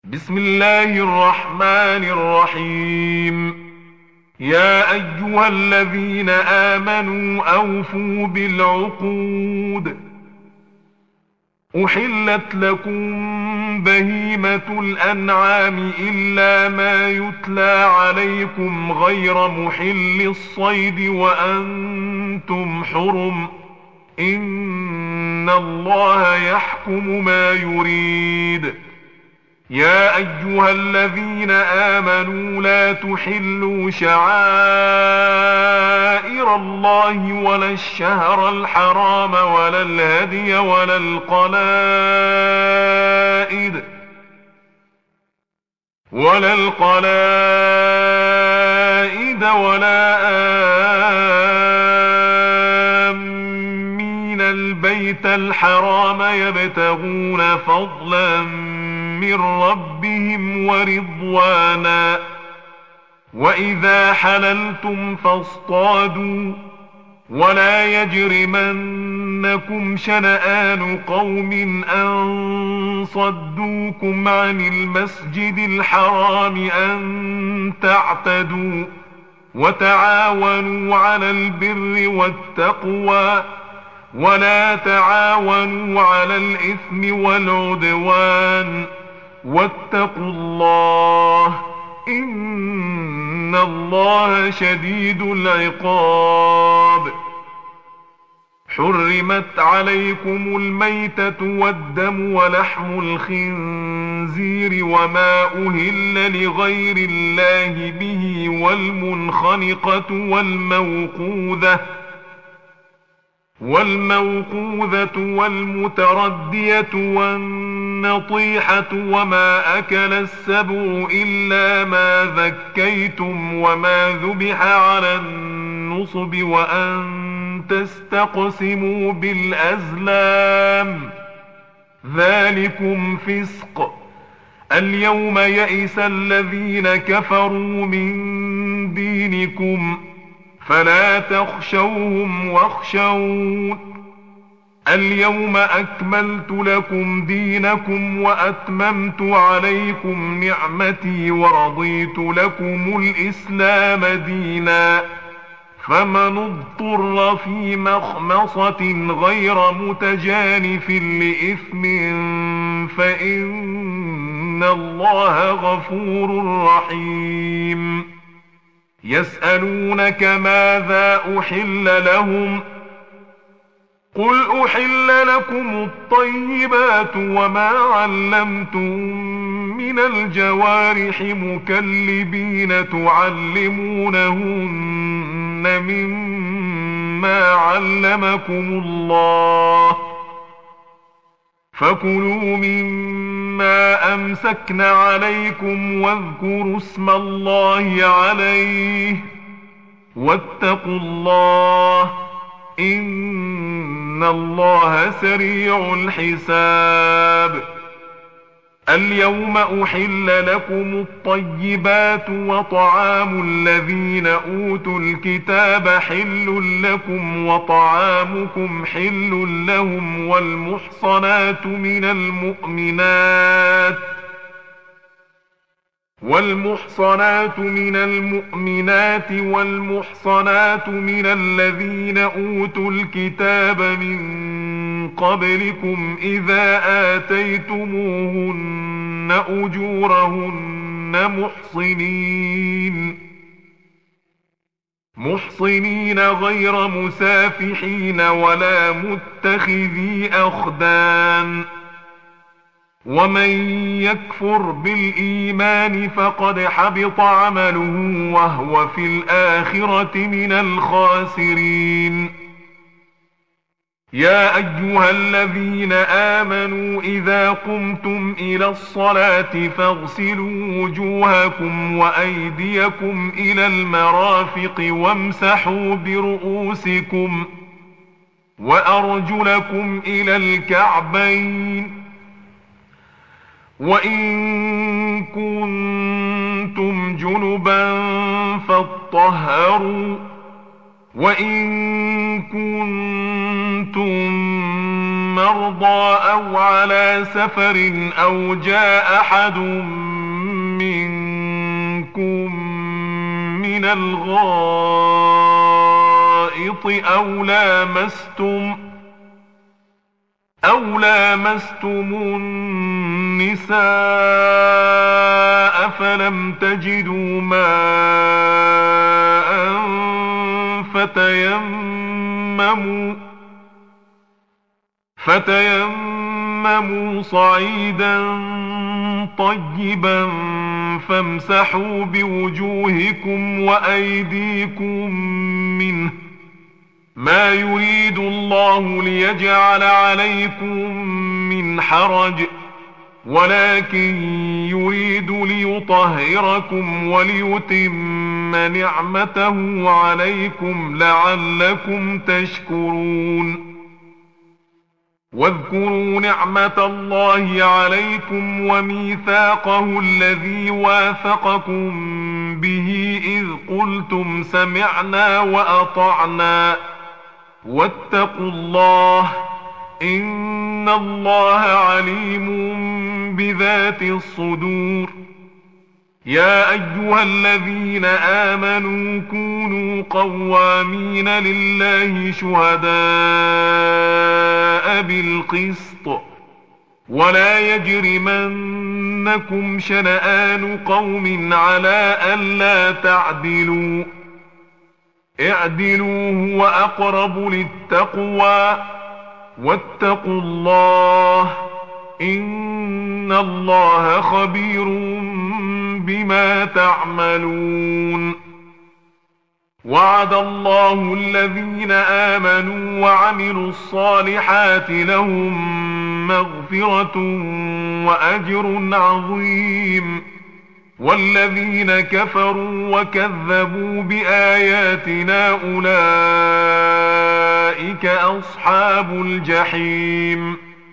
بسم الله الرحمن الرحيم. يا أيها الذين آمنوا أوفوا بالعقود. أحلت لكم بهيمة الأنعام إلا ما يتلى عليكم غير محل الصيد وأنتم حرم. إن الله يحكم ما يريد. يا أيها الذين آمنوا لا تحلوا شعائر الله ولا الشهر الحرام ولا الهدي ولا القلائد ولا آمين البيت الحرام يبتغون فضلا من ربهم ورضوانا. وإذا حللتم فاصطادوا ولا يجرمنكم شنآن قوم أن صدوكم عن المسجد الحرام أن تعتدوا. وتعاونوا على البر والتقوى ولا تعاونوا على الإثم والعدوان. واتقوا الله إن الله شديد العقاب. حرمت عليكم الميتة والدم ولحم الخنزير وما أهل لغير الله به والمنخنقة والموقوذة والمتردية والنطيحة وما أكل السبع إلا ما ذكيتم وما ذبح على النصب وأن تستقسموا بالأزلام ذلكم فسق. اليوم يئس الذين كفروا من دينكم فلا تخشوهم واخشون. اليوم أكملت لكم دينكم وأتممت عليكم نعمتي ورضيت لكم الإسلام دينا. فمن اضطر في مخمصة غير متجانف لإثم فإن الله غفور رحيم. يسألونك ماذا أحل لهم قل أحل لكم الطيبات وما علمتم من الجوارح مكلبين تعلمونهن مما علمكم الله فكلوا مما أمسكن عليكم واذكروا اسم الله عليه واتقوا الله إن الله سريع الحساب. اليوم أحل لكم الطيبات وطعام الذين أوتوا الكتاب حل لكم وطعامكم حل لهم والمحصنات من المؤمنات والمحصنات من الذين أوتوا الكتاب من قبلكم إذا آتيتموهن أجورهن محصنين غير مسافحين ولا متخذي أخدان. ومن يكفر بالإيمان فقد حبط عمله وهو في الآخرة من الخاسرين. يا أيها الذين آمنوا إذا قمتم إلى الصلاة فاغسلوا وجوهكم وأيديكم إلى المرافق وامسحوا برؤوسكم وأرجلكم إلى الكعبين وإن كنتم جنبا فاطهروا وإن كنتم مرضى أو على سفر أو جاء أحد منكم من الغائط أو لامستم النساء فلم تجدوا ماء فتيمموا صعيدا طيبا فامسحوا بوجوهكم وأيديكم منه، ما يريد الله ليجعل عليكم من حرج، ولكن يريد ليطهركم وليتم نعمته عليكم لعلكم تشكرون. واذكروا نعمة الله عليكم وميثاقه الذي واثقكم به إذ قلتم سمعنا وأطعنا واتقوا الله إن الله عليم بذات الصدور. يا أيها الذين آمنوا كونوا قوامين لله شهداء بالقسط ولا يجرمنكم شنآن قوم على ألا تعدلوا، اعدلوا هو أقرب للتقوى واتقوا الله إن الله خبير بما تعملون. وعد الله الذين آمنوا وعملوا الصالحات لهم مغفرة وأجر عظيم، والذين كفروا وكذبوا بآياتنا أولئك أصحاب الجحيم.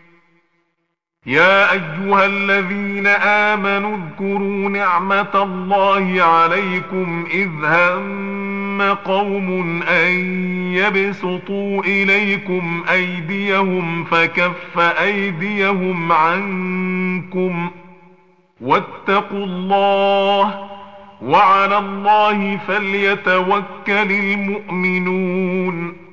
يا أيها الذين آمنوا اذكروا نعمة الله عليكم إذ هم قوم أن يبسطوا إليكم أيديهم فكف أيديهم عنكم واتقوا الله وعلى الله فليتوكل المؤمنون.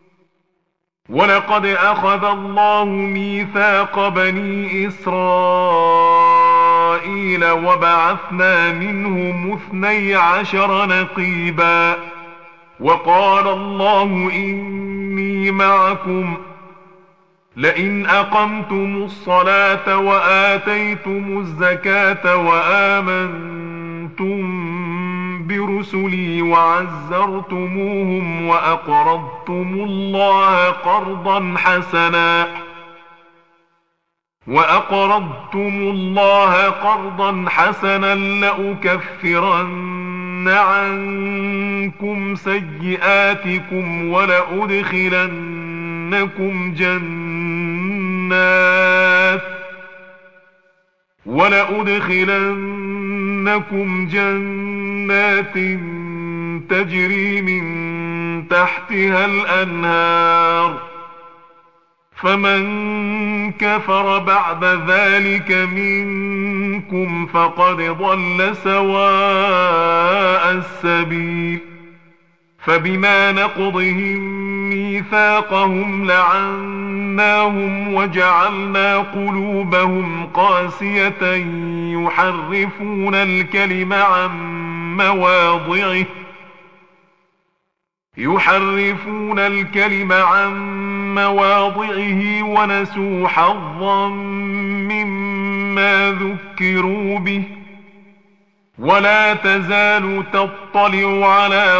ولقد أخذ الله ميثاق بني إسرائيل وبعثنا منهم 12 نقيبا وقال الله إني معكم لئن أقمتم الصلاة وآتيتم الزكاة وآمنتم برسلي وعزرتموهم وأقرضتم الله قرضا حسنا لأكفرن عنكم سيئاتكم ولأدخلنكم جنات تجري من تحتها الأنهار، فمن كفر بعد ذلك منكم فقد ضل سواء السبيل. فبما نقضهم ميثاقهم لعناهم وجعلنا قلوبهم قاسية يحرفون الكلم عن مواضعه ونسوا حظا مما ذكروا به، ولا تزال تطلع على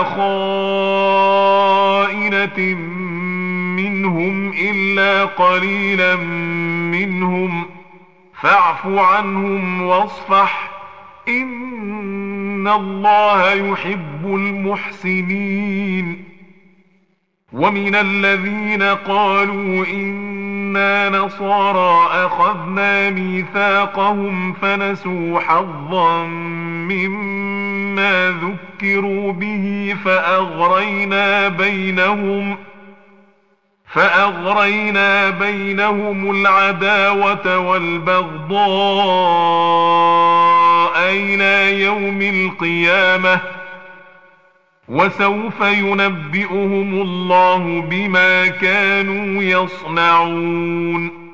خائنة منهم إلا قليلا منهم، فاعف عنهم واصفح إن الله يحب المحسنين. ومن الذين قالوا إنا نصارى أخذنا ميثاقهم فنسوا حظا مما فأغرينا بينهم العداوة والبغضاء إلى يوم القيامة وسوف ينبئهم الله بما كانوا يصنعون.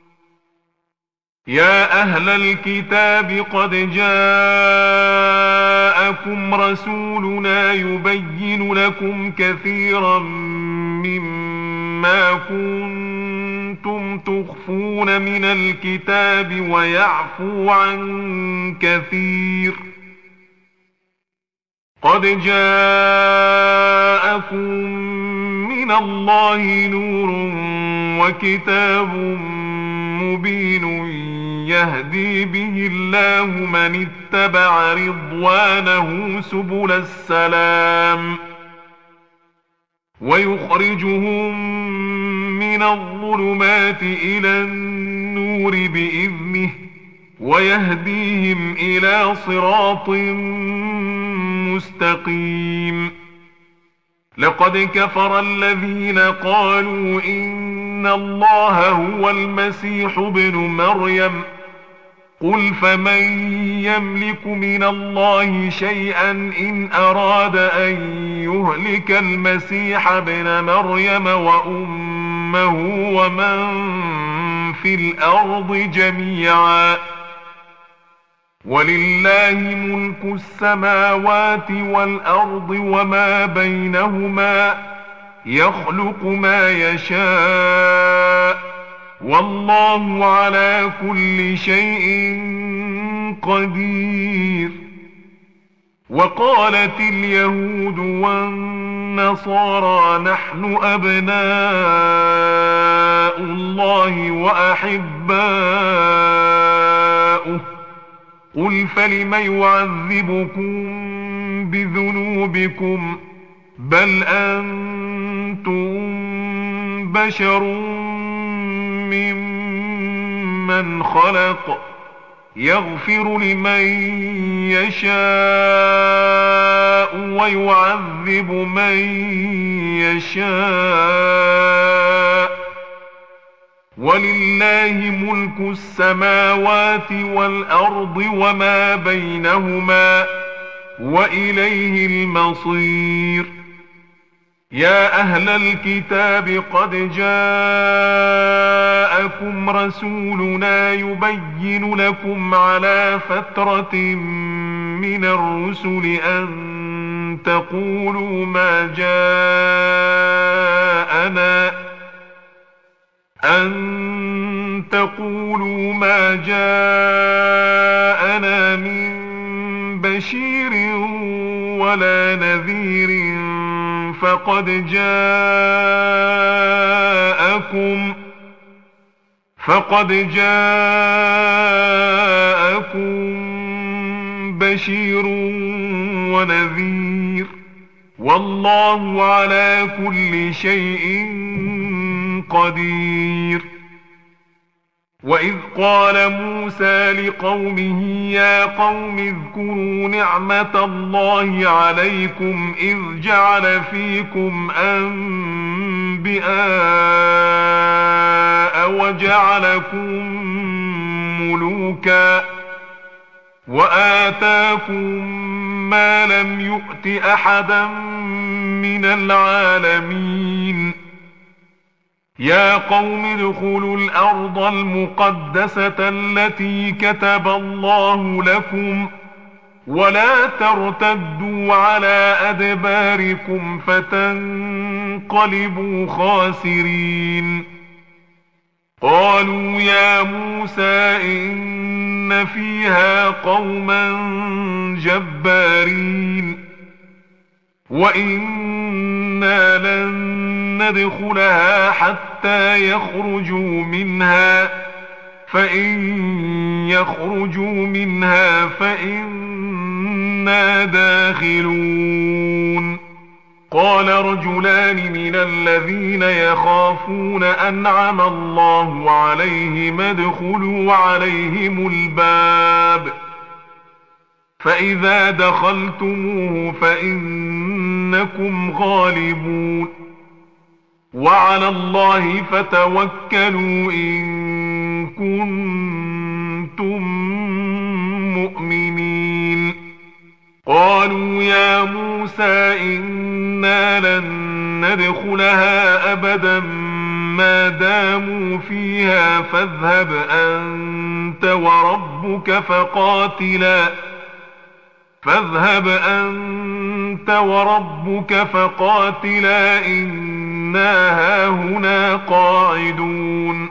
يا أهل الكتاب قد جاءكم رسولنا يبين لكم كثيرا مما كنتم تخفون من الكتاب ويعفو عن كثير. قد جاءكم من الله نور وكتاب مبين يهدي به الله من اتبع رضوانه سبل السلام ويخرجهم من الظلمات إلى النور بإذنه ويهديهم إلى صراط مستقيم. لقد كفر الذين قالوا إن الله هو المسيح ابن مريم قل فمن يملك من الله شيئا إن أراد أن يهلك المسيح ابن مريم وأمه ومن في الأرض جميعا ولله ملك السماوات والأرض وما بينهما يخلق ما يشاء والله على كل شيء قدير. وقالت اليهود والنصارى نحن أبناء الله وأحباؤه قل فلم يعذبكم بذنوبكم بل أنتم بشر ممن خلق يغفر لمن يشاء ويعذب من يشاء ولله ملك السماوات والأرض وما بينهما وإليه المصير. يا أهل الكتاب قد جاءكم رسولنا يبين لكم على فترة من الرسل أن تقولوا ما جاءنا من بشير ولا نذير فقد جاءكم بشير ونذير والله على كل شيء قدير. وإذ قال موسى لقومه يا قوم اذكروا نعمة الله عليكم إذ جعل فيكم أنبياء وجعلكم ملوكا وآتاكم ما لم يؤت أحدا من العالمين. يا قوم ادخلوا الأرض المقدسة التي كتب الله لكم ولا ترتدوا على أدباركم فتنقلبوا خاسرين. قالوا يا موسى إن فيها قوما جبارين وإنا لن ندخلها حتى يخرجوا منها فإن يخرجوا منها فإنا داخلون. قال رجلان من الذين يخافون أنعم الله عليهم ادخلوا عليهم الباب فإذا دخلتموه فإنكم غالبون وعلى الله فتوكلوا إن كنتم مؤمنين. قالوا يا موسى إنا لن ندخلها أبدا ما داموا فيها فاذهب أنت وربك فقاتلا إنا هاهنا قاعدون.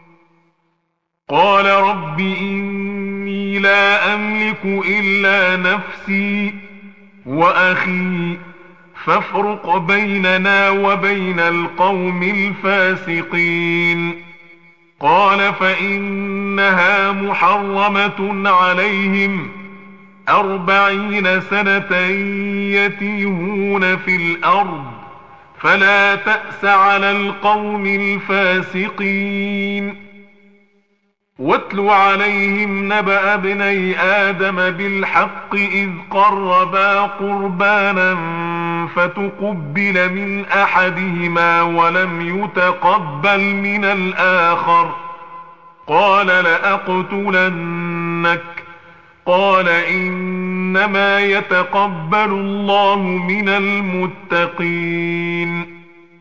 قال رب إني لا أملك إلا نفسي وأخي فافرق بيننا وبين القوم الفاسقين. قال فإنها محرمة عليهم 40 سنة يتيهون في الأرض فلا تأس على القوم الفاسقين. واتل عليهم نبأ ابني آدم بالحق إذ قربا قربانا فتقبل من أحدهما ولم يتقبل من الآخر قال لأقتلنك. قال إنما يتقبل الله من المتقين.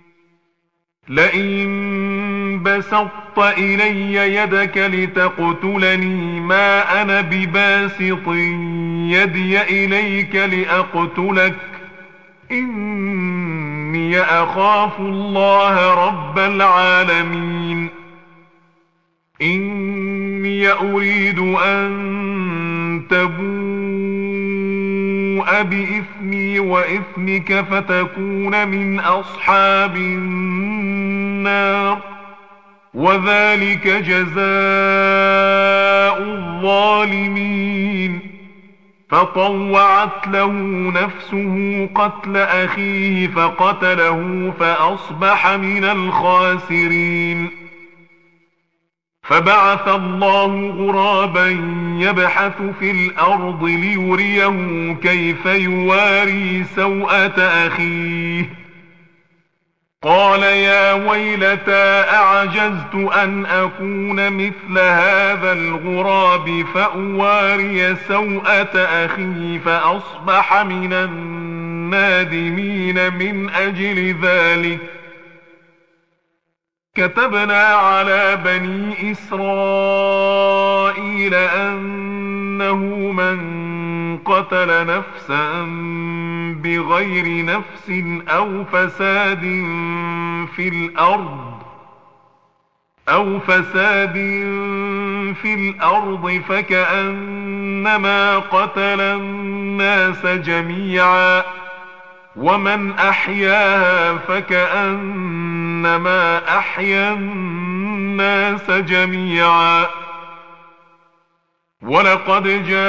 لئن بسطت إلي يدك لتقتلني ما أنا بباسط يدي إليك لأقتلك إني أخاف الله رب العالمين. إني أريد أن تبوء بإثمي وإثمك فتكون من أصحاب النار وذلك جزاء الظالمين. فطوعت له نفسه قتل أخيه فقتله فأصبح من الخاسرين. فبعث الله غرابا يبحث في الأرض ليريه كيف يواري سوءة أخيه. قال يا ويلتى أعجزت أن أكون مثل هذا الغراب فأواري سوءة أخي فأصبح من النادمين. من أجل ذلك كتبنا على بني إسرائيل أنه من قتل نفسا بغير نفس أو فساد في الأرض فكأنما قتل الناس جميعا ومن أحياها فكأنما أحيا الناس جميعا. ولقد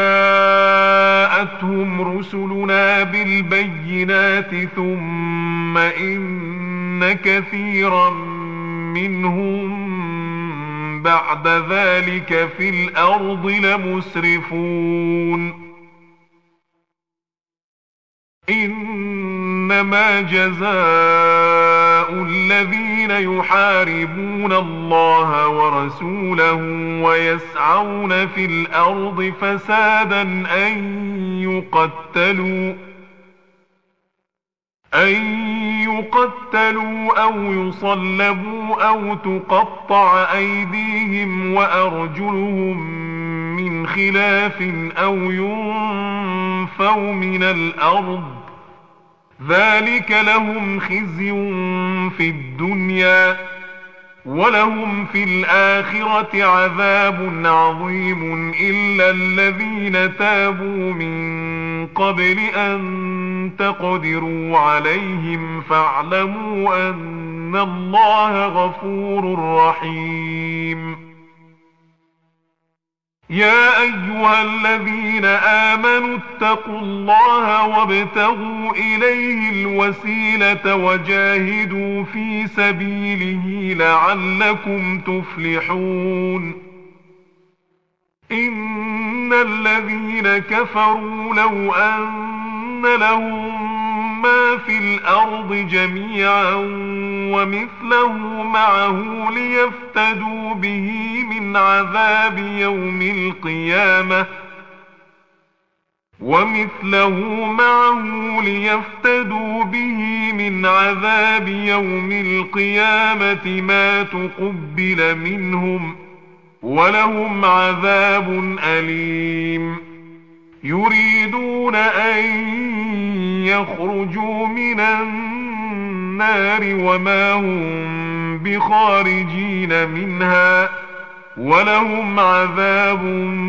جاءتهم رسلنا بالبينات ثم إن كثيرا منهم بعد ذلك في الأرض لمسرفون. إنما جزاء الذين يحاربون الله ورسوله ويسعون في الأرض فسادا أن يقتلوا أو يصلبوا أو تقطع أيديهم وأرجلهم من خلاف أو ينفوا من الأرض ذلك لهم خزي في الدنيا ولهم في الآخرة عذاب عظيم. إلا الذين تابوا من قبل أن تقدروا عليهم فاعلموا أن الله غفور رحيم. يا أيها الذين آمنوا اتقوا الله وابتغوا إليه الوسيلة وجاهدوا في سبيله لعلكم تفلحون. إن الذين كفروا لو أن لهم ما في الأرض جميعا ومثله معه ليفتدوا به من عذاب يوم القيامة ما تقبل منهم ولهم عذاب أليم. يريدون أن يخرجوا من النار وما هم بخارجين منها ولهم عذاب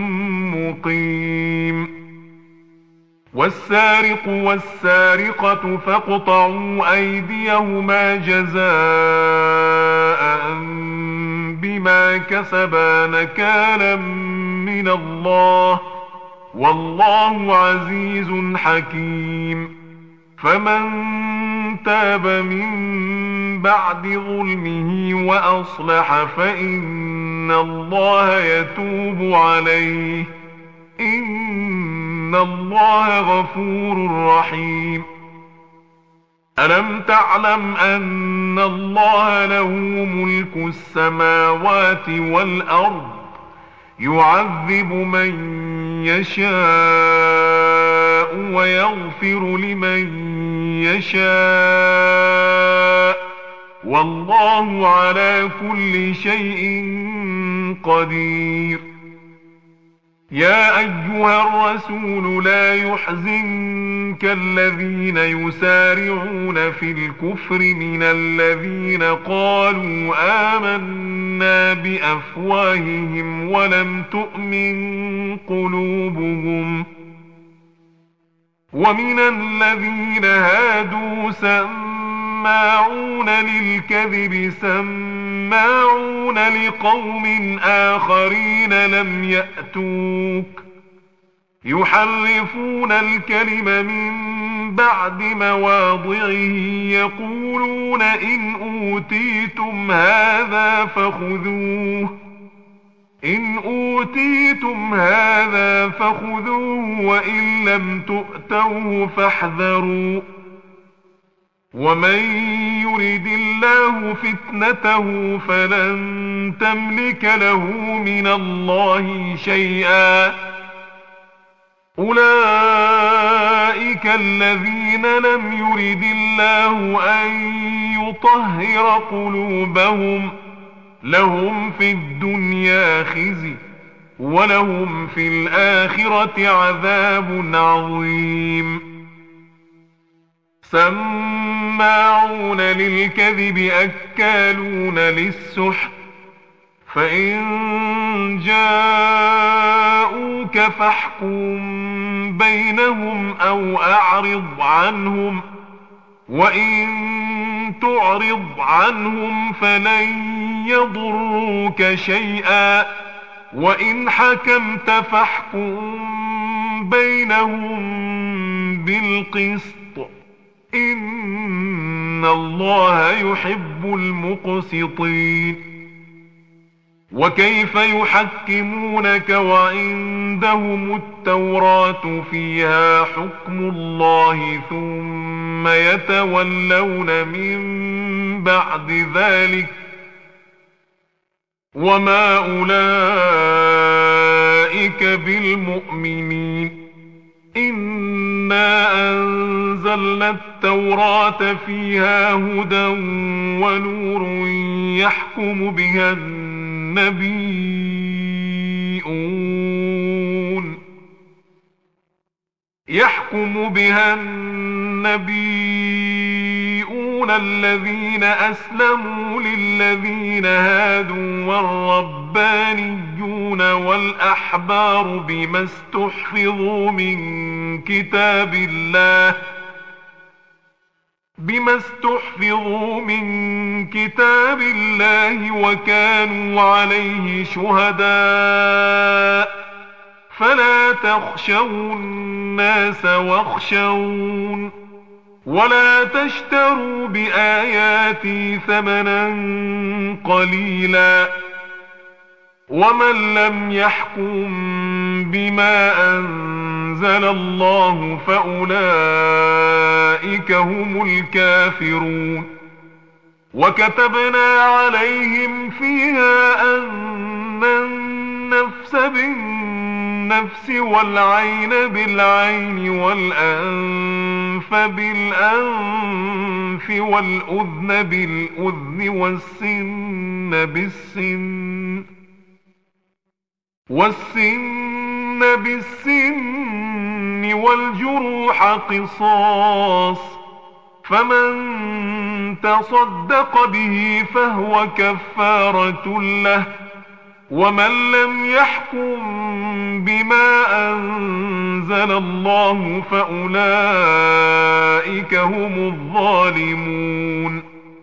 مقيم. والسارق والسارقة فاقطعوا أيديهما جزاء بما كسبا نكالا من الله والله عزيز حكيم. فمن تاب من بعد ظلمه وأصلح فإن الله يتوب عليه إن الله غفور رحيم. ألم تعلم أن الله له ملك السماوات والأرض يعذب من يشاء ويغفر لمن يشاء والله على كل شيء قدير. يا أيها الرسول لا يحزنك الذين يسارعون في الكفر من الذين قالوا آمنا بأفواههم ولم تؤمن قلوبهم ومن الذين هادوا سماعون للكذب سماعون لقوم آخرين لم يأتوك يحرفون الكلم من بعد مواضعه يقولون إن أوتيتم هذا فخذوه وإن لم تؤتوه فاحذروا. ومن يرد الله فتنته فلن تملك له من الله شيئا. أولئك الذين لم يرد الله أن يطهر قلوبهم لهم في الدنيا خزي ولهم في الآخرة عذاب عظيم. سماعون للكذب أكالون للسحت فإن جاءوك فاحكم بينهم أو أعرض عنهم وإن تعرض عنهم فلن يضروك شيئا وإن حكمت فاحكم بينهم بالقسط إن الله يحب المقسطين. وكيف يحكمونك وعندهم التوراة فيها حكم الله ثم يتولون من بعد ذلك وما أولئك بالمؤمنين. إنا أنزلنا التوراة فيها هدى ونور يحكم بها النبيون الذين أسلموا للذين هادوا والربانيون والأحبار بما استحفظوا من كتاب الله وكانوا عليه شهداء فلا تخشوا الناس واخشون ولا تشتروا بآياتي ثمنا قليلا ومن لم يحكم بما أنزل الله فأولئك هم الكافرون. وكتبنا عليهم فيها أن النفس بالنفس والعين بالعين والأنف بالأنف والأذن بالأذن والسن بالسن والجروح قصاص، فمن تصدق به فهو كفارة له، ومن لم يحكم بما أنزل الله فأولئك هم الظالمون.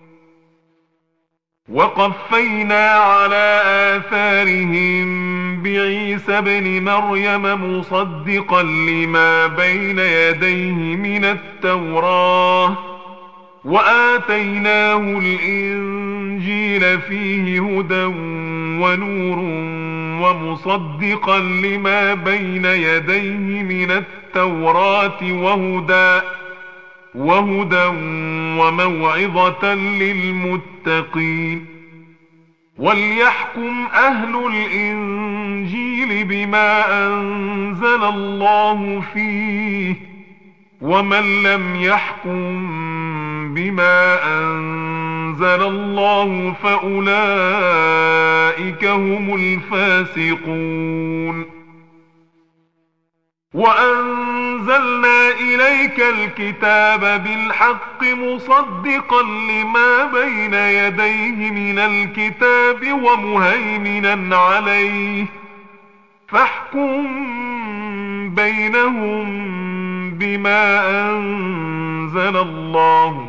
وقفينا على آثارهم بعيسى ابن مريم مصدقا لما بين يديه من التوراة، وآتيناه الإنجيل فيه هدى ونور ومصدقا لما بين يديه من التوراة وهدى وموعظة للمتقين. وليحكم أهل الإنجيل بما أنزل الله فيه، ومن لم يحكم بما أنزل الله فأولئك هم الفاسقون. وأنزلنا إليك الكتاب بالحق مصدقا لما بين يديه من الكتاب ومهيمنا عليه، فاحكم بينهم بما أنزل الله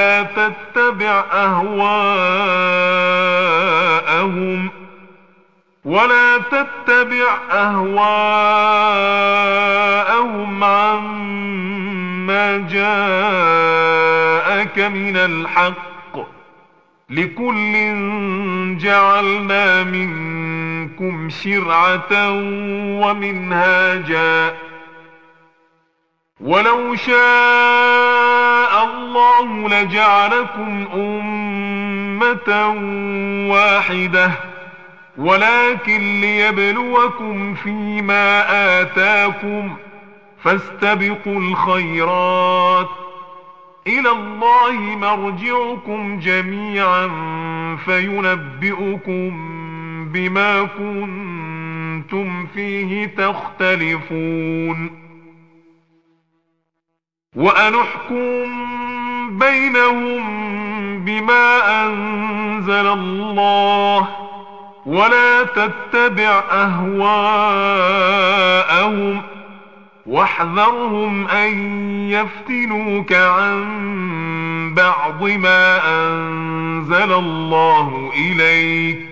ولا تتبع أهواءهم عما جاءك من الحق، لكل جعلنا منكم شرعة ومنهاجا، ولو شاء الله لجعلكم أمة واحدة، ولكن ليبلوكم فيما آتاكم، فاستبقوا الخيرات، إلى الله مرجعكم جميعا فينبئكم بما كنتم فيه تختلفون. وأنحكم بينهم بما أنزل الله، ولا تتبع أهواءهم، واحذرهم أن يفتنوك عن بعض ما أنزل الله إليك،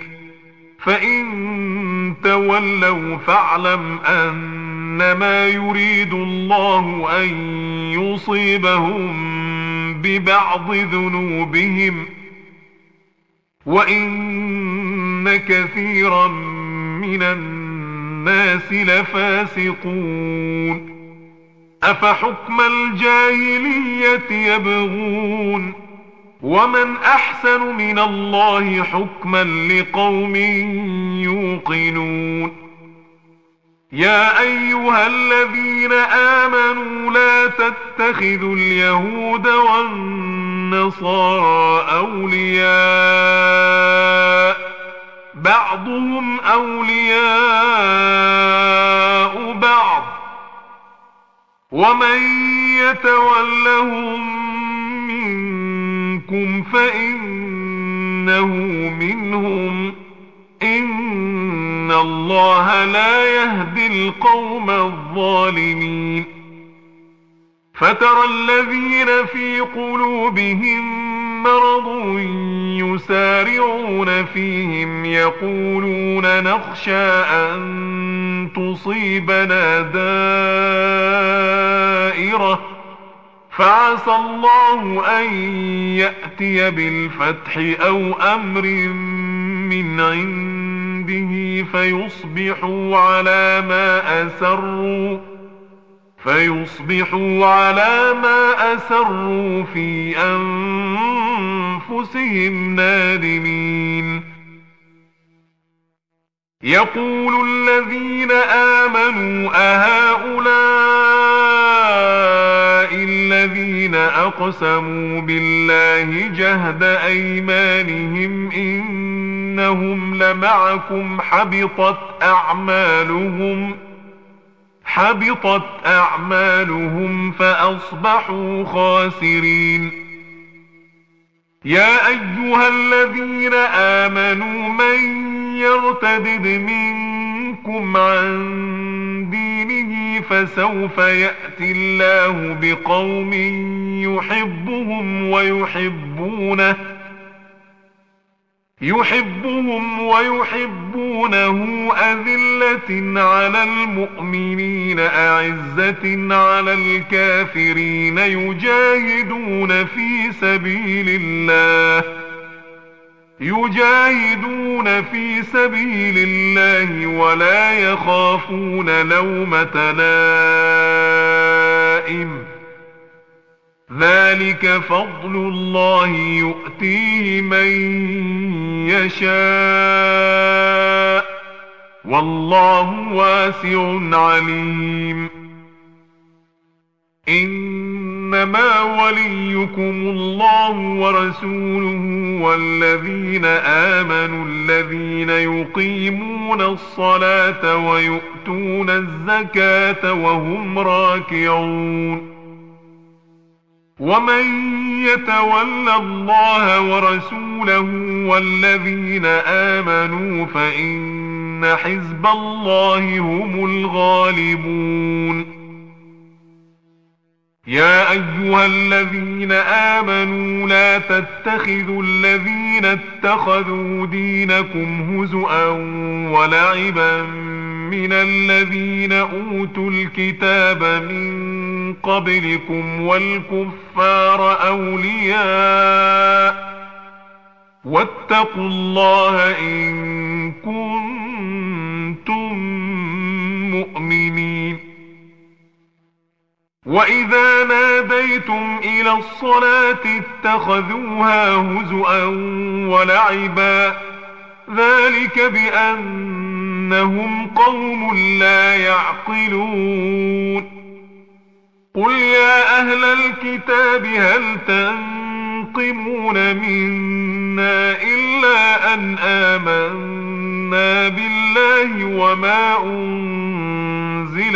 فإن تولوا فاعلم أنما يريد الله أن يصيبهم ببعض ذنوبهم، وإن كثيرا من الناس لفاسقون. أفحكم الجاهلية يبغون، ومن أحسن من الله حكما لقوم يوقنون. يا أيها الذين آمنوا لا تتخذوا اليهود والنصارى أولياء، بعضهم أولياء بعض، ومن يتولهم منكم فإنه منهم، إن الله لا يهدي القوم الظالمين. فترى الذين في قلوبهم مرض يسارعون فيهم يقولون نخشى أن تصيبنا دائرة، فعسى الله أن يأتي بالفتح أو أمر من عنده فيصبحوا على ما أسروا في أنفسهم أنفسهم نادمين. يقول الذين آمنوا أهؤلاء الذين أقسموا بالله جهد أيمانهم إنهم لمعكم حبطت أعمالهم فأصبحوا خاسرين. يا أيها الذين آمنوا من يرتد منكم عن دينه فسوف يأتي الله بقوم يحبهم ويحبونه أذلة على المؤمنين أعزة على الكافرين يجاهدون في سبيل الله ولا يخافون لومة لائم. ذلك فضل الله يؤتيه من يشاء والله واسع عليم. إنما وليكم الله ورسوله والذين آمنوا الذين يقيمون الصلاة ويؤتون الزكاة وهم راكعون. ومن يتول الله ورسوله والذين آمنوا فإن حزب الله هم الغالبون. يا أيها الذين آمنوا لا تتخذوا الذين اتخذوا دينكم هزؤا ولعبا من الذين أوتوا الكتاب من قبلكم والكفار أولياء واتقوا الله إن كنتم مؤمنين. وإذا ناديتم إلى الصلاة اتخذوها هزؤا ولعبا ذلك بأنهم قوم لا يعقلون. قل يا أهل الكتاب هل تنقمون منا إلا أن آمنا بالله وما أنزل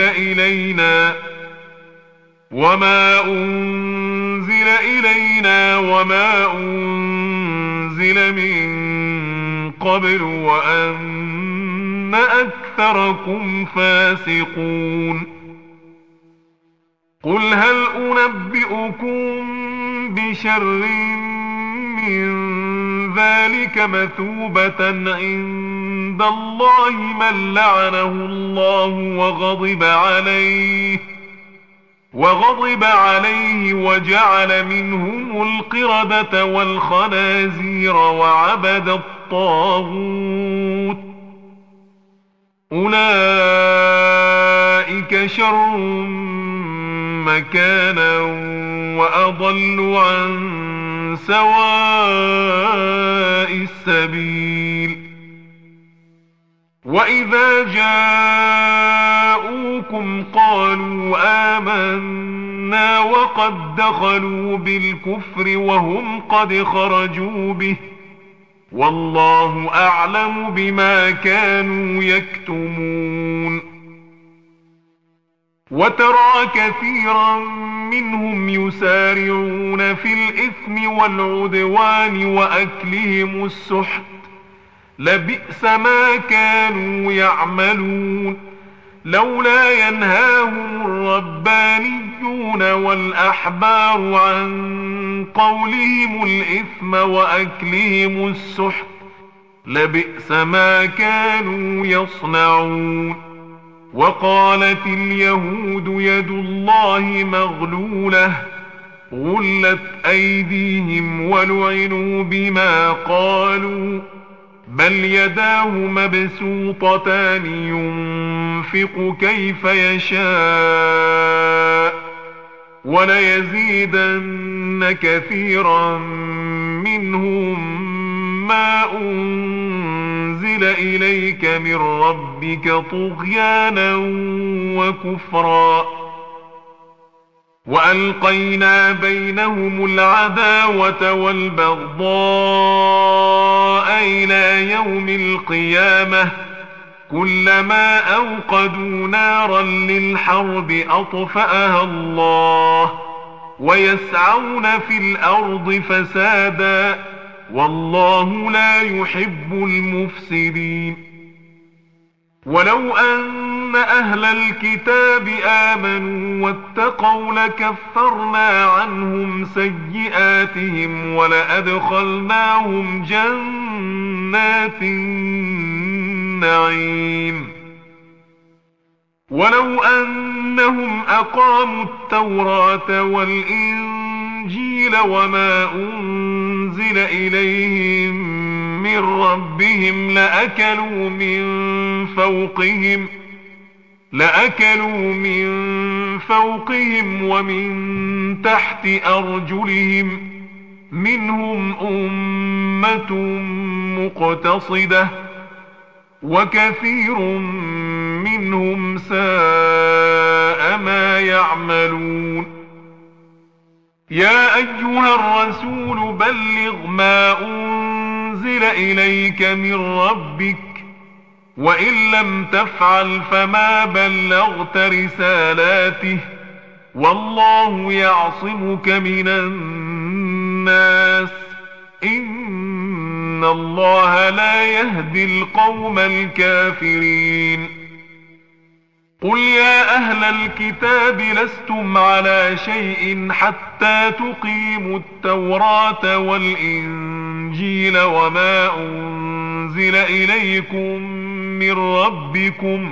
إلينا وما أنزل من قبل وأن أكثركم فاسقون. قل هل أنبئكم بشر من ذلك مثوبة عند الله من لعنه الله وغضب عليه وجعل منهم القردة والخنازير وعبد الطاغوت أولئك شر مكانا وأضل عن سواء السبيل. وإذا جاءوكم قالوا آمنا وقد دخلوا بالكفر وهم قد خرجوا به والله أعلم بما كانوا يكتمون. وترى كثيرا منهم يسارعون في الإثم والعدوان وأكلهم السحت لبئس ما كانوا يعملون. لولا ينهاهم الربانيون والأحبار عن قولهم الإثم وأكلهم السحت لبئس ما كانوا يصنعون. وقالت اليهود يد الله مغلولة غلت أيديهم ولعنوا بما قالوا بل يداه مبسوطتان ينفق كيف يشاء وليزيدن كثيرا منهم ما أنزل إليك من ربك طغيانا وكفرا وألقينا بينهم العداوة والبغضاء إلى يوم القيامة كلما أوقدوا نارا للحرب أطفأها الله ويسعون في الأرض فسادا والله لا يحب المفسدين ولو أن أهل الكتاب آمنوا واتقوا لكفرنا عنهم سيئاتهم ولأدخلناهم جنات النعيم ولو أنهم أقاموا التوراة والإنجيل وما أنزل إليهم من ربهم لأكلوا من فوقهم ومن تحت أرجلهم منهم أمة مقتصدة وكثير منهم ساء ما يعملون يا أيها الرسول بلغ ما أنزل إليك من ربك وإن لم تفعل فما بلغت رسالاته والله يعصمك من الناس إن الله لا يهدي القوم الكافرين قل يا أهل الكتاب لستم على شيء حتى تقيموا التوراة والإنجيل وما أنزل إليكم من ربكم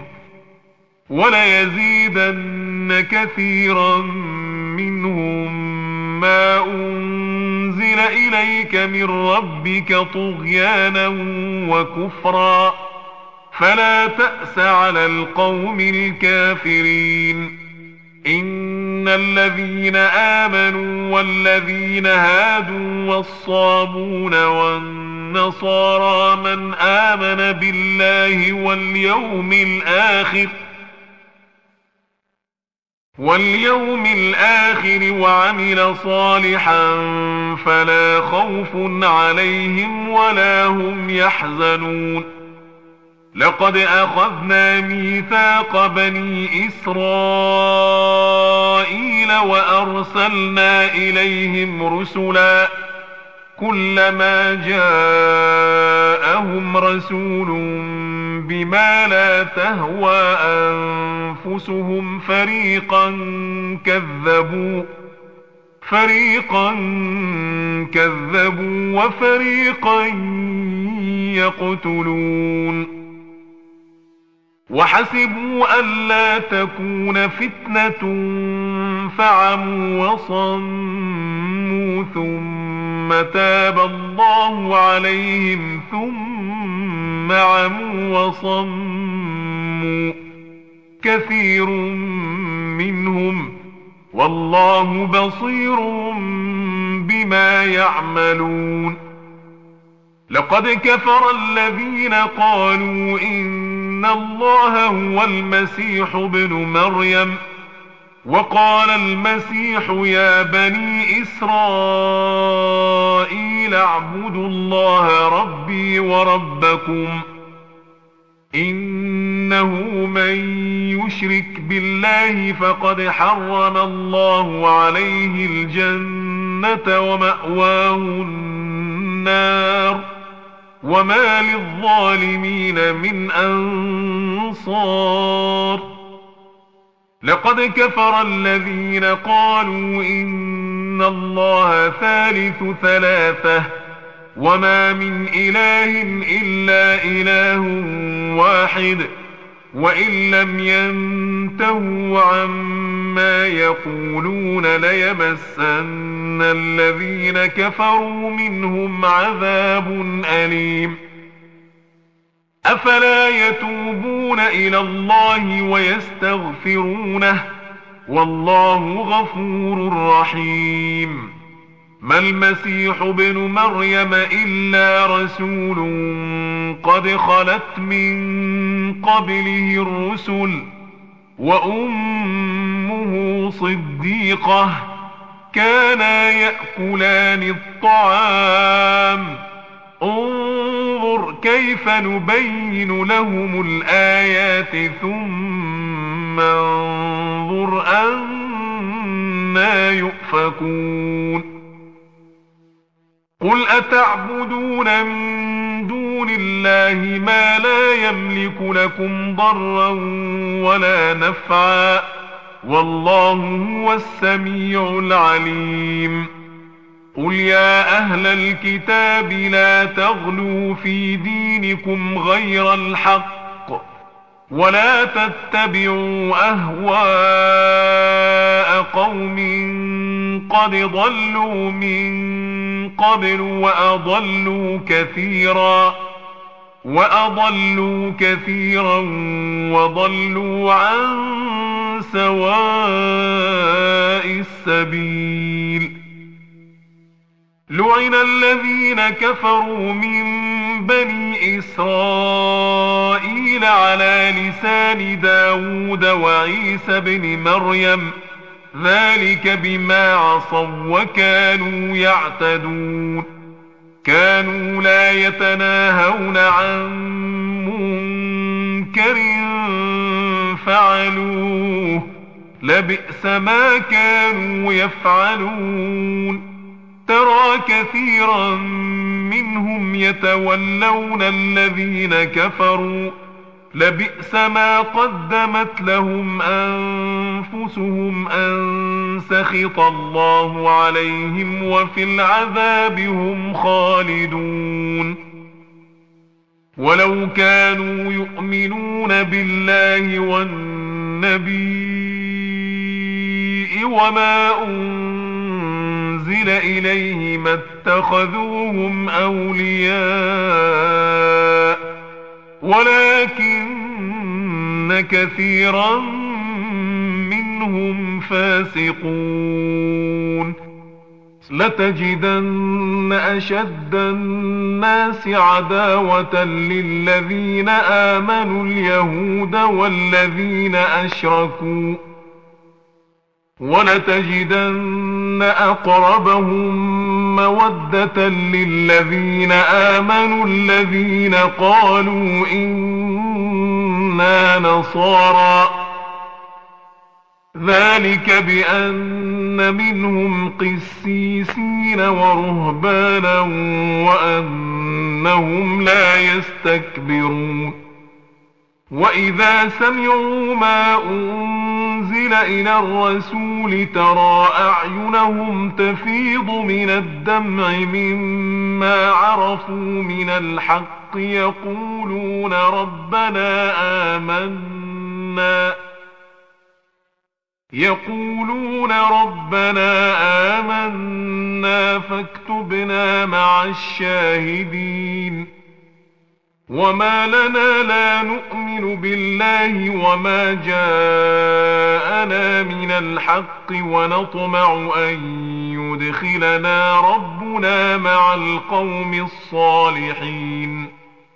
وليزيدن كثيرا منهم ما أنزل إليك من ربك طغيانا وكفرا فلا تأس على القوم الكافرين إن الذين آمنوا والذين هادوا والصابون والنصارى من آمن بالله واليوم الآخر وعمل صالحا فلا خوف عليهم ولا هم يحزنون لقد أخذنا ميثاق بني إسرائيل وأرسلنا إليهم رسلا كلما جاءهم رسول بما لا تهوى أنفسهم فريقا كذبوا وفريقا يقتلون وحسبوا ألا تكون فتنة فعموا وصموا ثم تاب الله عليهم ثم عموا وصموا كثير منهم والله بصير بما يعملون لقد كفر الذين قالوا إن الله هو المسيح ابن مريم وقال المسيح يا بني إسرائيل اعبدوا الله ربي وربكم إنه من يشرك بالله فقد حرم الله عليه الجنة ومأواه النار وما للظالمين من أنصار لقد كفر الذين قالوا إن الله ثالث ثلاثة وما من إله إلا إله واحد وإن لم ينتهوا عما يقولون ليمسن الذين كفروا منهم عذاب أليم أفلا يتوبون إلى الله ويستغفرونه والله غفور رحيم ما المسيح ابن مريم إلا رسول قد خلت من قبله الرسل وأمه صديقة كانا يأكلان الطعام انظر كيف نبين لهم الآيات ثم انظر أنى يؤفكون قل أتعبدون من دون الله ما لا يملك لكم ضرا ولا نفعا والله هو السميع العليم قل يا أهل الكتاب لا تغلوا في دينكم غير الحق ولا تتبعوا أهواء قوم قد ضلوا من قبل وأضلوا كثيرا وضلوا عن سواء السبيل لعن الذين كفروا من بني إسرائيل على لسان داود وعيسى بن مريم ذلك بما عصوا وكانوا يعتدون كانوا لا يتناهون عن منكر فعلوه لبئس ما كانوا يفعلون ترى كثيرا منهم يتولون الذين كفروا لبئس ما قدمت لهم أنفسهم أن سخط الله عليهم وفي العذاب هم خالدون ولو كانوا يؤمنون بالله والنبي وما أنزل إليه ما اتخذوهم أولياء ولكن كثيرا منهم فاسقون لتجدن أشد الناس عداوة للذين آمنوا اليهود والذين أشركوا ولتجدن أقربهم مودة للذين آمنوا الذين قالوا إنا نصارى ذلك بأن منهم قسيسين ورهبانا وأنهم لا يستكبرون وإذا سمعوا ما أنزل إلى الرسول ترى أعينهم تفيض من الدمع مما عرفوا من الحق يقولون ربنا آمنا فاكتبنا مع الشاهدين وما لنا لا نؤمن بالله وما جاءنا من الحق ونطمع أن يدخلنا ربنا مع القوم الصالحين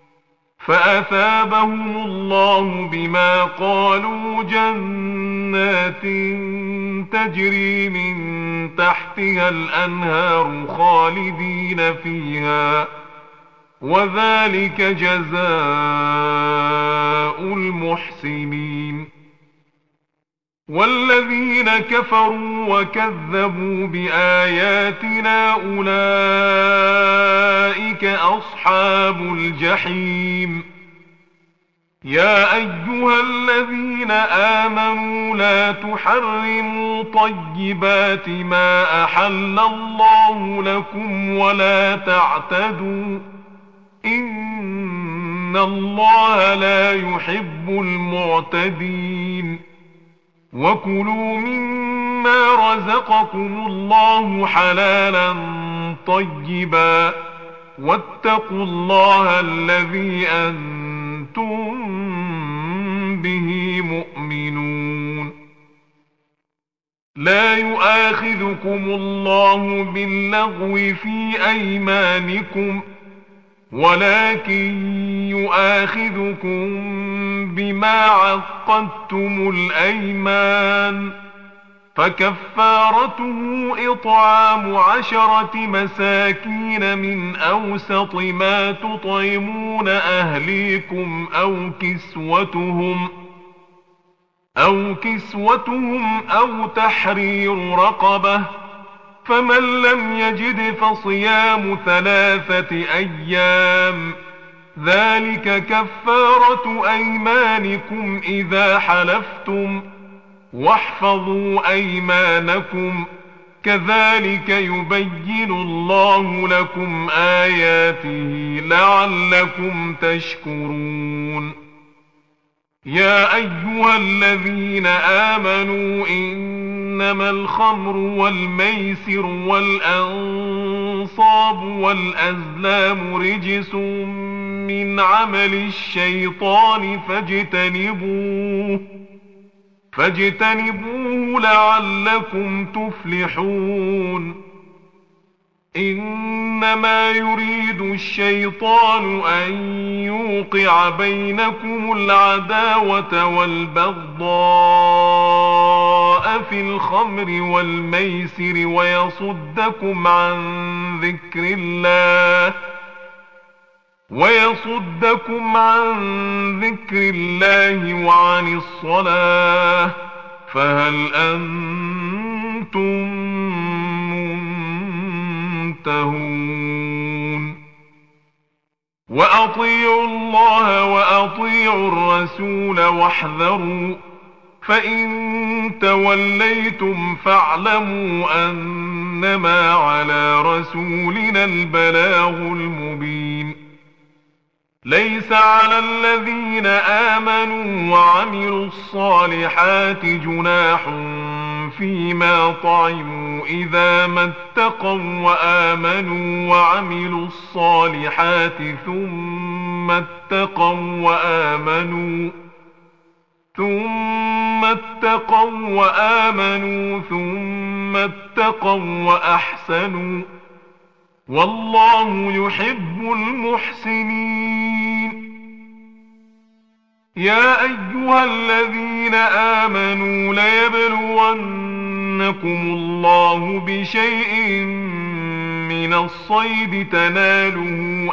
فأثابهم الله بما قالوا جنات تجري من تحتها الأنهار خالدين فيها وذلك جزاء المحسنين والذين كفروا وكذبوا بآياتنا أولئك أصحاب الجحيم يا أيها الذين آمنوا لا تحرموا طيبات ما أحل الله لكم ولا تعتدوا إن الله لا يحب المعتدين وكلوا مما رزقكم الله حلالا طيبا واتقوا الله الذي أنتم به مؤمنون لا يؤاخذكم الله باللغو في أيمانكم ولكن يؤاخذكم بما عقدتم الأيمان فكفارته إطعام 10 مساكين من أوسط ما تطعمون أهليكم أو كسوتهم أو تحرير رقبة فمن لم يجد فصيام 3 أيام ذلك كفارة أيمانكم إذا حلفتم واحفظوا أيمانكم كذلك يبين الله لكم آياته لعلكم تشكرون يا أيها الذين آمنوا إنما الخمر والميسر والأنصاب والأزلام رجس من عمل الشيطان فاجتنبوه لعلكم تفلحون إنما يريد الشيطان أن يوقع بينكم العداوة والبغضاء في الخمر والميسر ويصدكم عن ذكر الله وعن الصلاة فهل أنتم منتهون وأطيعوا الله وأطيعوا الرسول واحذروا فإن توليتم فاعلموا أنما على رسولنا البلاغ المبين ليس على الذين آمنوا وعملوا الصالحات جناح فيما طعموا إذا ما اتقوا وآمنوا وعملوا الصالحات ثم اتقوا وأحسنوا والله يحب المحسنين يا أيها الذين آمنوا ليبلونكم الله بشيء من الصيد تناله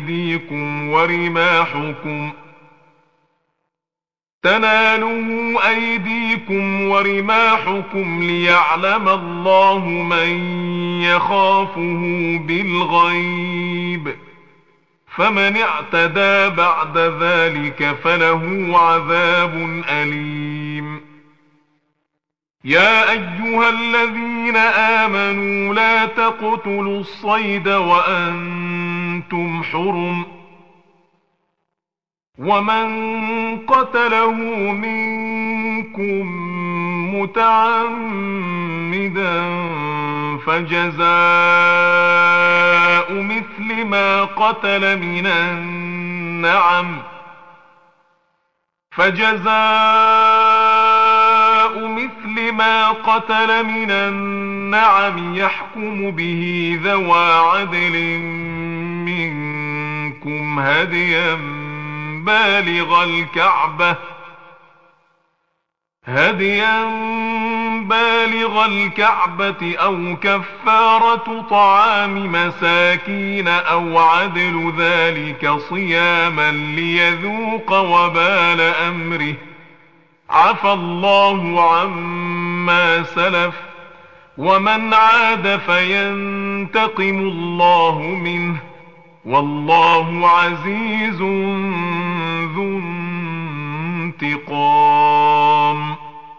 أيديكم ورماحكم ليعلم الله من يخافه بالغيب فمن اعتدى بعد ذلك فله عذاب أليم يا أيها الذين آمنوا لا تقتلوا الصيد وأنتم حرم ومن قتله منكم متعمدا فجزاء مثل ما قتل من النعم يحكم به ذوى عدل منكم هديا بالغ الكعبة أو كفارة طعام مساكين أو عدل ذلك صياما ليذوق وبال أمره عفى الله عما سلف ومن عاد فينتقم الله منه والله عزيز ذو انتقام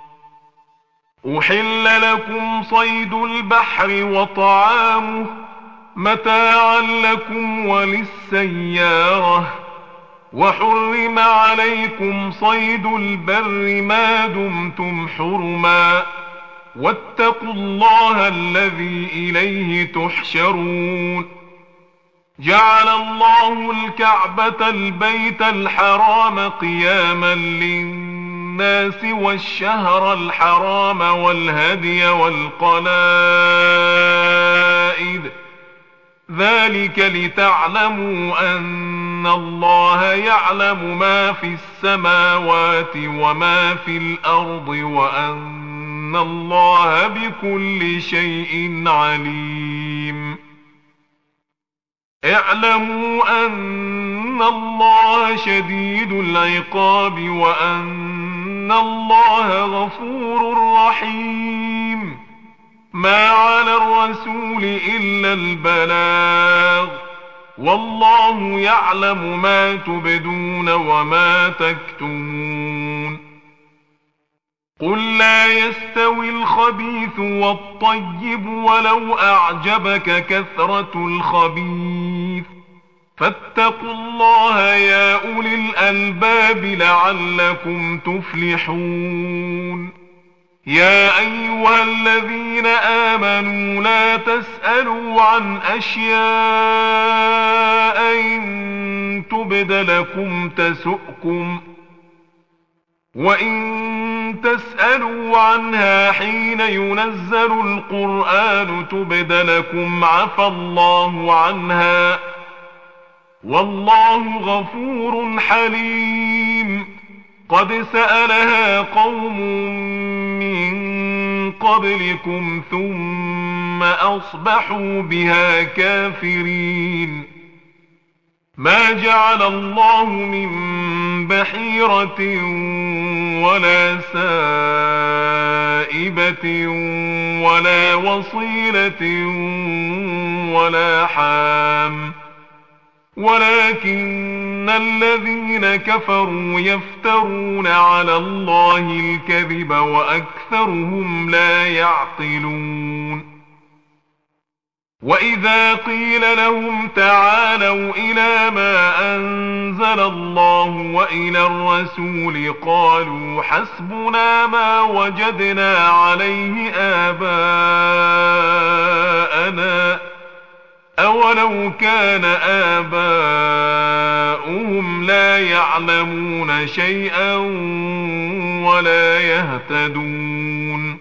أحل لكم صيد البحر وطعامه متاعا لكم وللسيارة وحرم عليكم صيد البر ما دمتم حرما واتقوا الله الذي إليه تحشرون جعل الله الكعبة البيت الحرام قياما للناس الناس والشهر الحرام والهدي والقلائد ذلك لتعلموا أن الله يعلم ما في السماوات وما في الأرض وأن الله بكل شيء عليم. اعلموا أن الله شديد العقاب وأن الله غفور رحيم. ما على الرسول إلا البلاغ والله يعلم ما تبدون وما تكتمون. قل لا يستوي الخبيث والطيب ولو أعجبك كثرة الخبيث فاتقوا الله يا أولي الألباب لعلكم تفلحون. يا أيها الذين آمنوا لا تسألوا عن أشياء إن تبد لكم تسؤكم وإن تسألوا عنها حين ينزل القرآن تبد لكم عفى الله عنها والله غفور حليم. قد سألها قوم من قبلكم ثم أصبحوا بها كافرين. ما جعل الله من بحيرة ولا سائبة ولا وصيلة ولا حام ولكن الذين كفروا يفترون على الله الكذب وأكثرهم لا يعقلون. وإذا قيل لهم تعالوا إلى ما أنزل الله وإلى الرسول قالوا حسبنا ما وجدنا عليه آباءنا أولو كان آباؤهم لا يعلمون شيئا ولا يهتدون.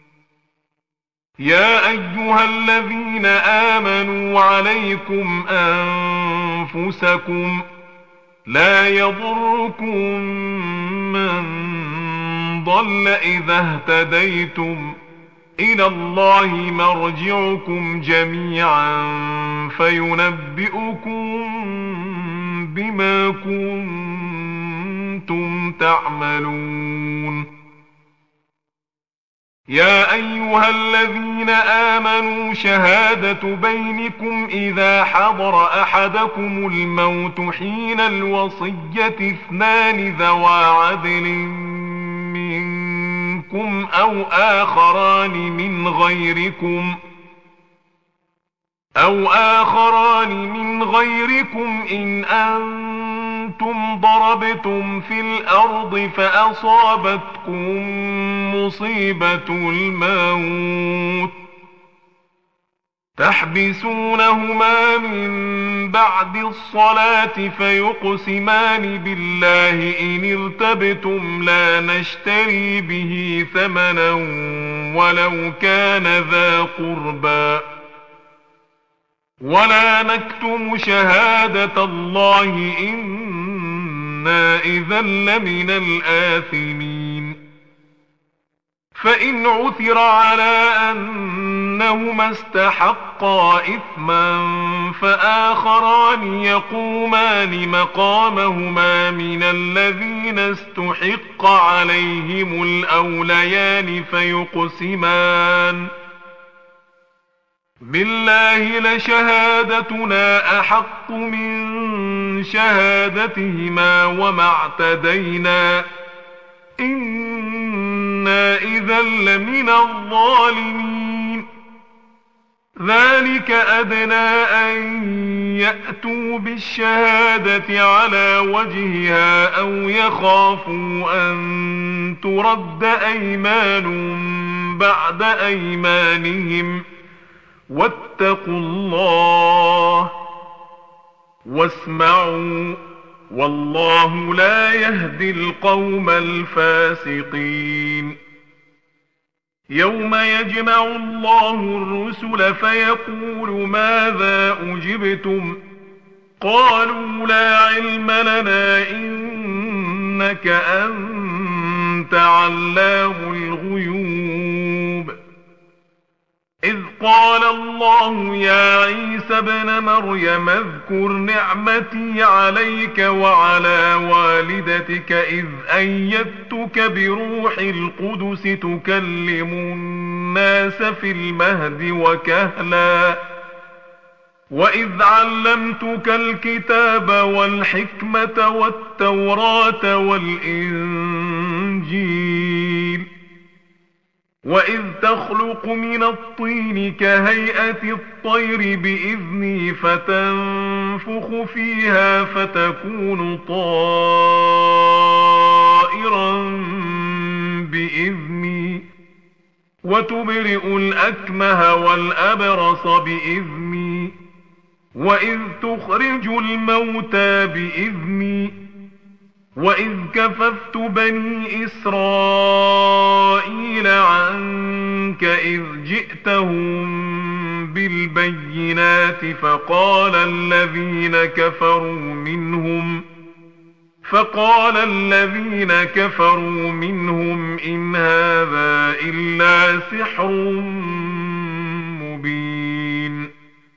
يا أيها الذين آمنوا عليكم أنفسكم لا يضركم من ضل إذا اهتديتم إلى الله مرجعكم جميعا فينبئكم بما كنتم تعملون. يا أيها الذين آمنوا شهادة بينكم إذا حضر أحدكم الموت حين الوصية اثنان ذوى عدل منكم أو آخران من غيركم إن أنتم ضربتم في الأرض فأصابتكم مصيبة الموت تحبسونهما من بعد الصلاة فيقسمان بالله إن ارتبتم لا نشتري به ثمنا ولو كان ذا قربى ولا نكتم شهادة الله إنا إذا لمن الآثمين. فإن عثر على أنهما استحقا إثما فآخران يقومان مقامهما من الذين استحق عليهم الأوليان فيقسمان بالله لشهادتنا أحق من شهادتهما وما اعتدينا إنا إذا لمن الظالمين. ذلك أدنى أن يأتوا بالشهادة على وجهها أو يخافوا أن ترد أيمان بعد أيمانهم واتقوا الله واسمعوا والله لا يهدي القوم الفاسقين. يوم يجمع الله الرسل فيقول ماذا أجبتم؟ قالوا لا علم لنا إنك أنت علام الغيوب. إذ قال الله يا عيسى ابن مريم اذكر نعمتي عليك وعلى والدتك إذ أيدتك بروح القدس تكلم الناس في المهد وكهلا وإذ علمتك الكتاب والحكمة والتوراة والإنجيل وإذ تخلق من الطين كهيئة الطير بإذني فتنفخ فيها فتكون طائرا بإذني وتبرئ الأكمه والأبرص بإذني وإذ تخرج الموتى بإذني وإذ كففت بني إسرائيل عنك إذ جئتهم بالبينات فقال الذين كفروا منهم إن هذا إلا سحر مبين.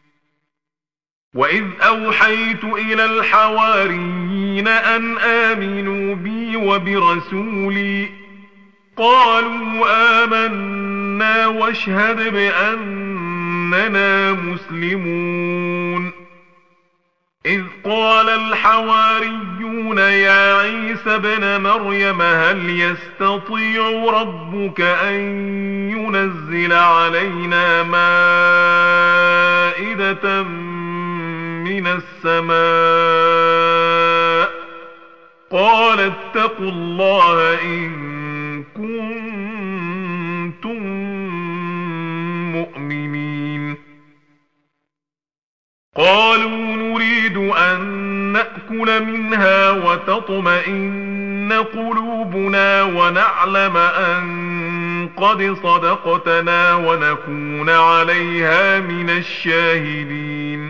وإذ أوحيت إلى الحواريين أن آمنوا بي وبرسولي قالوا آمنا واشهد بأننا مسلمون. إذ قال الحواريون يا عيسى ابن مريم هل يستطيع ربك أن ينزل علينا مائدة من السماء قال اتقوا الله إن كنتم مؤمنين. قالوا نريد أن نأكل منها وتطمئن قلوبنا ونعلم أن قد صدقتنا ونكون عليها من الشاهدين.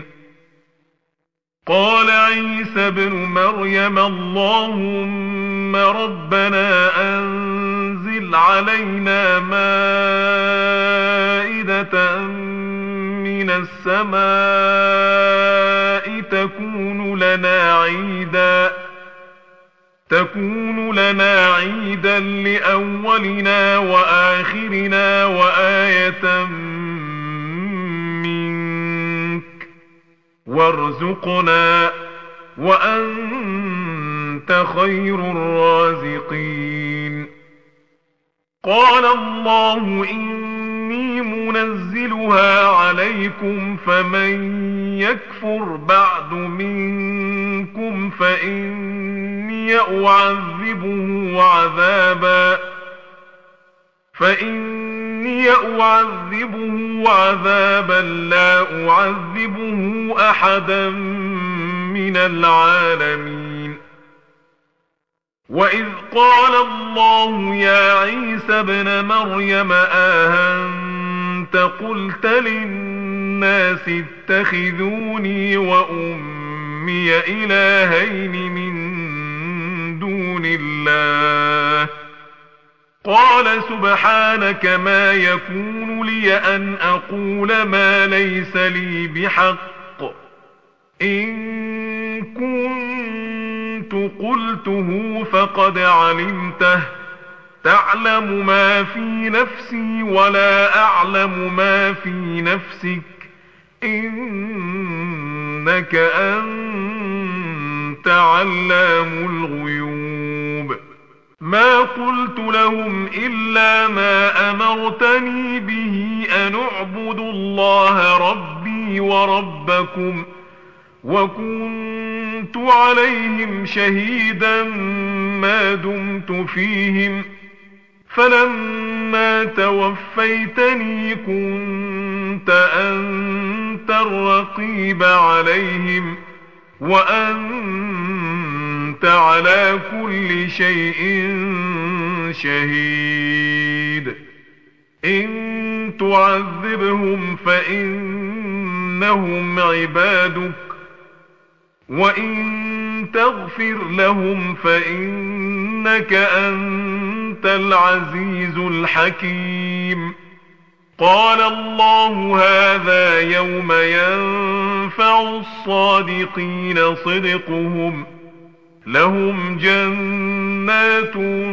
قال عيسى ابن مريم اللهم ربنا أنزل علينا مائدة من السماء تكون لنا عيدا لأولنا وآخرنا وآية وارزقنا وأنت خير الرازقين. قال الله إني منزلها عليكم فمن يكفر بعد منكم فإني أعذبه عذابا لا أعذبه أحدا من العالمين. وإذ قال الله يا عيسى ابن مريم أأنت قلت للناس اتخذوني وأمي إلهين من دون الله قال سبحانك ما يكون لي أن أقول ما ليس لي بحق إن كنت قلته فقد علمته تعلم ما في نفسي ولا أعلم ما في نفسك إنك أنت علام الغيوب. ما قلت لهم إلا ما أمرتني به أن اعبدوا الله ربي وربكم وكنت عليهم شهيدا ما دمت فيهم فلما توفيتني كنت أنت الرقيب عليهم وأنت وأنت على كل شيء شهيد إن تعذبهم فإنهم عبادك وإن تغفر لهم فإنك أنت العزيز الحكيم قال الله هذا يوم ينفع الصادقين صدقهم لهم جنات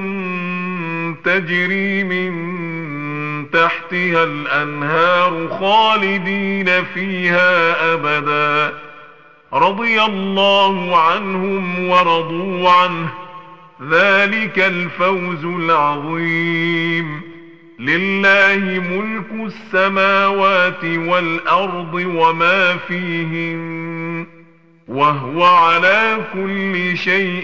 تجري من تحتها الأنهار خالدين فيها أبدا رضي الله عنهم ورضوا عنه ذلك الفوز العظيم لله ملك السماوات والأرض وما فيهن وهو على كل شيء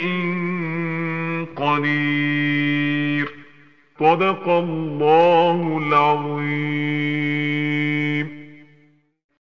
قدير صدق الله العظيم